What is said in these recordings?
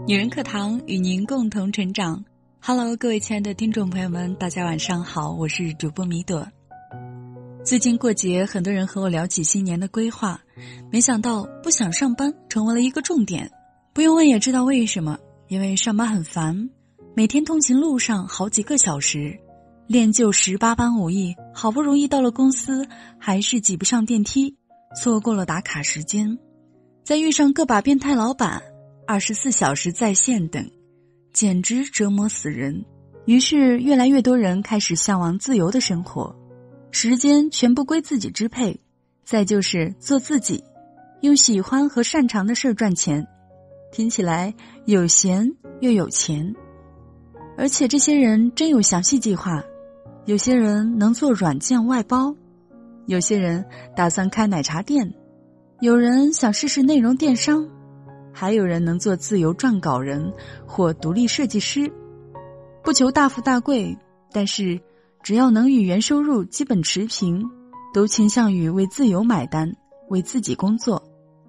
女人课堂与您共同成长。Hello， 各位亲爱的听众朋友们，大家晚上好，我是主播米朵。最近过节，很多人和我聊起新年的规划，没想到不想上班成为了一个重点。不用问也知道为什么，因为上班很烦，每天通勤路上好几个小时，练就18般武艺，好不容易到了公司，还是挤不上电梯，错过了打卡时间，再遇上个把变态老板，24小时在线等，简直折磨死人。于是越来越多人开始向往自由的生活，时间全部归自己支配，再就是做自己，用喜欢和擅长的事赚钱，听起来有闲又有钱。而且这些人真有详细计划，有些人能做软件外包，有些人打算开奶茶店，有人想试试内容电商，还有人能做自由撰稿人或独立设计师。不求大富大贵，但是只要能与原收入基本持平，都倾向于为自由买单，为自己工作。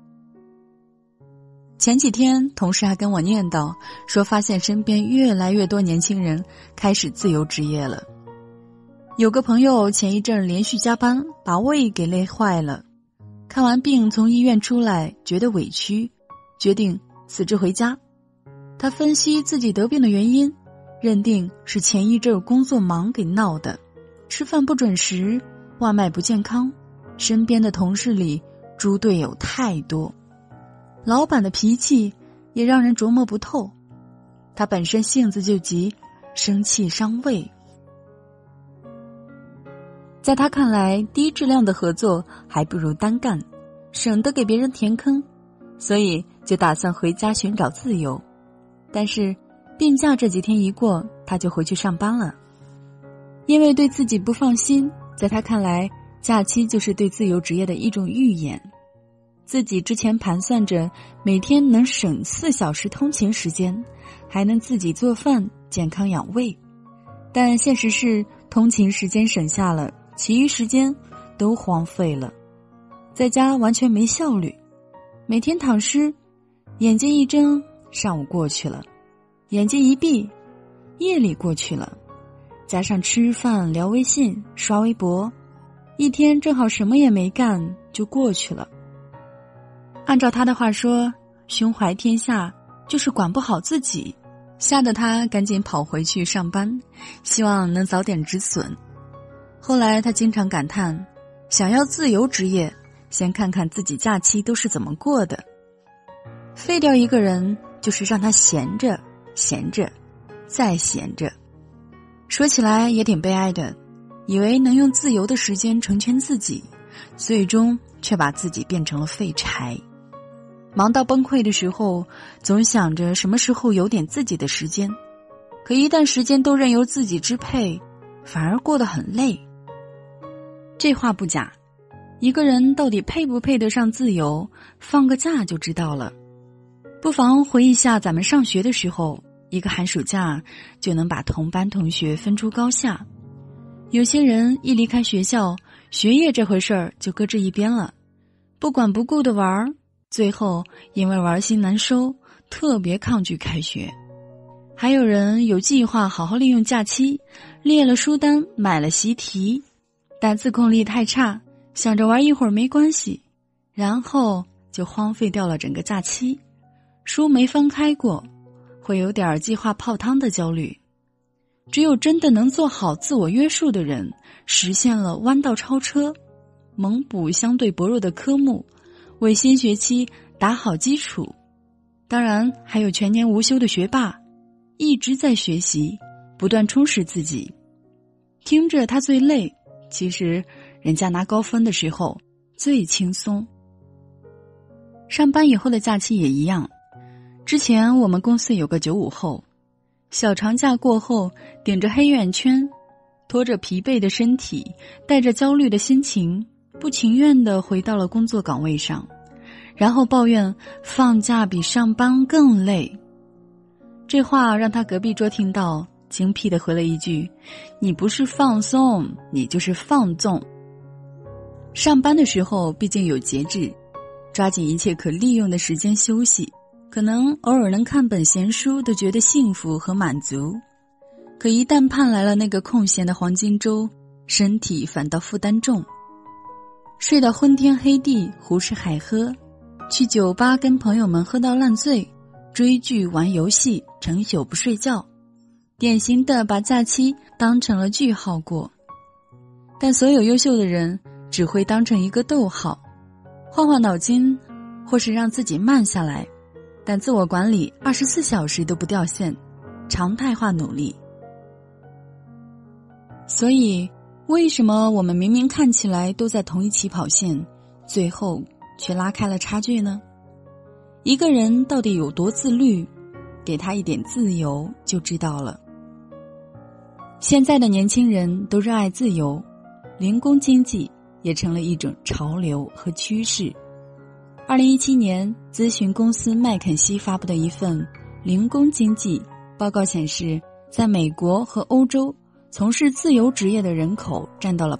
前几天同事还跟我念叨说，发现身边越来越多年轻人开始自由职业了。有个朋友前一阵连续加班，把胃给累坏了，看完病从医院出来，觉得委屈，决定辞职回家。他分析自己得病的原因，认定是前一阵工作忙给闹的，吃饭不准时，外卖不健康，身边的同事里猪队友太多，老板的脾气也让人琢磨不透，他本身性子就急，生气伤胃。在他看来，低质量的合作还不如单干，省得给别人填坑，所以就打算回家寻找自由。但是病假这几天一过，他就回去上班了。因为对自己不放心，在他看来，假期就是对自由职业的一种预演。自己之前盘算着每天能省4小时通勤时间，还能自己做饭，健康养胃。但现实是通勤时间省下了，其余时间都荒废了，在家完全没效率，每天躺尸，眼睛一睁，上午过去了，眼睛一闭，夜里过去了，加上吃饭、聊微信、刷微博，一天正好什么也没干就过去了。按照他的话说，胸怀天下就是管不好自己，吓得他赶紧跑回去上班，希望能早点止损。后来他经常感叹，想要自由职业，先看看自己假期都是怎么过的。废掉一个人，就是让他闲着闲着再闲着。说起来也挺悲哀的，以为能用自由的时间成全自己，最终却把自己变成了废柴。忙到崩溃的时候，总想着什么时候有点自己的时间，可一旦时间都任由自己支配，反而过得很累。这话不假，一个人到底配不配得上自由，放个假就知道了。不妨回忆下咱们上学的时候，一个寒暑假就能把同班同学分出高下。有些人一离开学校，学业这回事儿就搁置一边了，不管不顾的玩，最后因为玩心难收，特别抗拒开学。还有人有计划好好利用假期，列了书单，买了习题，但自控力太差，想着玩一会儿没关系，然后就荒废掉了整个假期。书没翻开过，会有点计划泡汤的焦虑。只有真的能做好自我约束的人，实现了弯道超车，猛补相对薄弱的科目，为新学期打好基础。当然还有全年无休的学霸，一直在学习，不断充实自己。听着他最累，其实人家拿高分的时候最轻松。上班以后的假期也一样，之前我们公司有个95后，小长假过后，顶着黑眼圈，拖着疲惫的身体，带着焦虑的心情，不情愿地回到了工作岗位上，然后抱怨放假比上班更累。这话让他隔壁桌听到，精辟地回了一句，你不是放松，你就是放纵。上班的时候毕竟有节制，抓紧一切可利用的时间休息， 可能偶尔能看本闲书都觉得幸福和满足，可一旦盼来了那个空闲的黄金周，身体反倒负担重。睡到昏天黑地，胡吃海喝，去酒吧跟朋友们喝到烂醉，追剧玩游戏，成宿不睡觉，典型的把假期当成了句号过。但所有优秀的人只会当成一个逗号，换换脑筋，或是让自己慢下来，但自我管理24小时都不掉线，常态化努力。所以为什么我们明明看起来都在同一起跑线，最后却拉开了差距呢？一个人到底有多自律，给他一点自由就知道了。现在的年轻人都热爱自由，零工经济也成了一种潮流和趋势。2017年，咨询公司麦肯锡发布的一份零工经济报告显示，在美国和欧洲，从事自由职业的人口占到了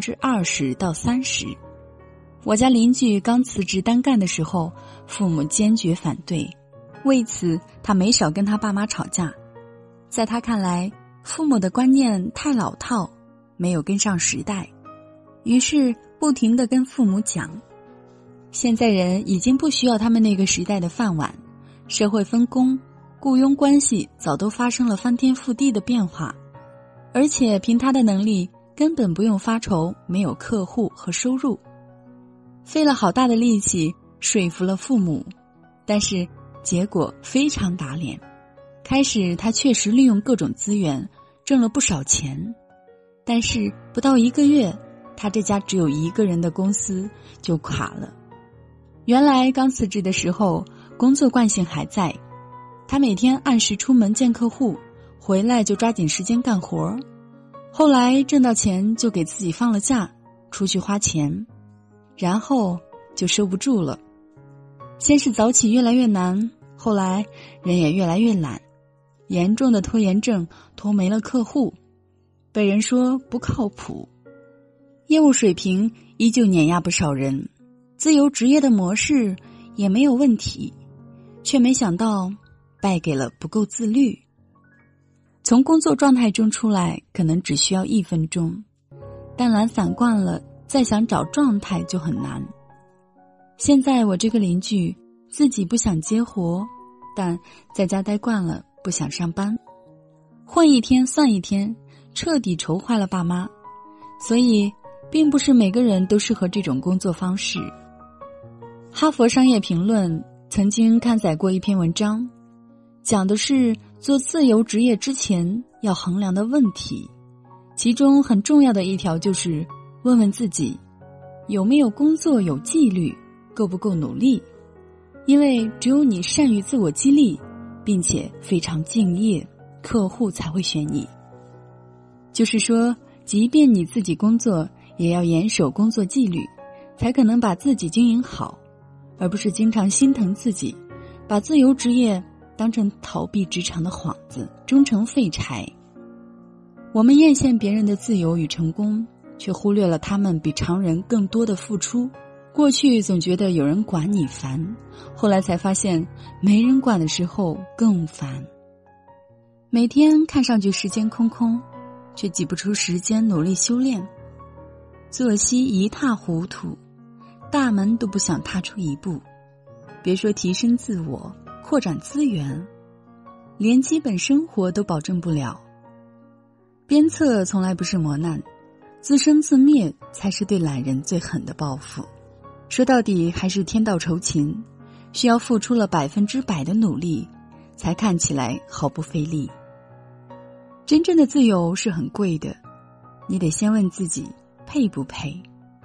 20%到30%。我家邻居刚辞职单干的时候，父母坚决反对，为此他没少跟他爸妈吵架。在他看来，父母的观念太老套，没有跟上时代，于是不停地跟父母讲，现在人已经不需要他们那个时代的饭碗，社会分工、雇佣关系早都发生了翻天覆地的变化，而且凭他的能力根本不用发愁没有客户和收入。费了好大的力气说服了父母，但是结果非常打脸。开始他确实利用各种资源挣了不少钱，但是不到1个月，他这家只有1个人的公司就垮了。原来刚辞职的时候，工作惯性还在，他每天按时出门见客户，回来就抓紧时间干活。后来挣到钱就给自己放了假，出去花钱，然后就收不住了。先是早起越来越难，后来人也越来越懒，严重的拖延症拖没了客户，被人说不靠谱，业务水平依旧碾压不少人，自由职业的模式也没有问题，却没想到败给了不够自律。从工作状态中出来可能只需要1分钟，但懒散惯了，再想找状态就很难。现在我这个邻居自己不想接活，但在家待惯了，不想上班，混1天算1天，彻底愁坏了爸妈。所以并不是每个人都适合这种工作方式。哈佛商业评论曾经刊载过一篇文章，讲的是做自由职业之前要衡量的问题，其中很重要的一条就是问问自己有没有工作有纪律，够不够努力。因为只有你善于自我激励，并且非常敬业，客户才会选你。就是说，即便你自己工作，也要严守工作纪律，才可能把自己经营好，而不是经常心疼自己，把自由职业当成逃避职场的幌子，终成废柴。我们艳羡别人的自由与成功，却忽略了他们比常人更多的付出。过去总觉得有人管你烦，后来才发现没人管的时候更烦。每天看上去时间空空，却挤不出时间努力修炼，作息一塌糊涂，大门都不想踏出一步，别说提升自我、扩展资源，连基本生活都保证不了。鞭策从来不是磨难，自生自灭才是对懒人最狠的报复。说到底还是天道酬勤，需要付出了100%的努力，才看起来毫不费力。真正的自由是很贵的，你得先问自己配不配。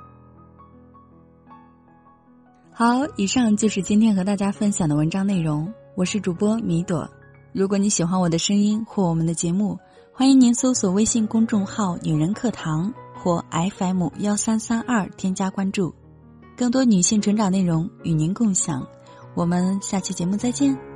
好，以上就是今天和大家分享的文章内容，我是主播米朵。如果你喜欢我的声音或我们的节目，欢迎您搜索微信公众号女人课堂或 FM1332 添加关注，更多女性成长内容与您共享。我们下期节目再见。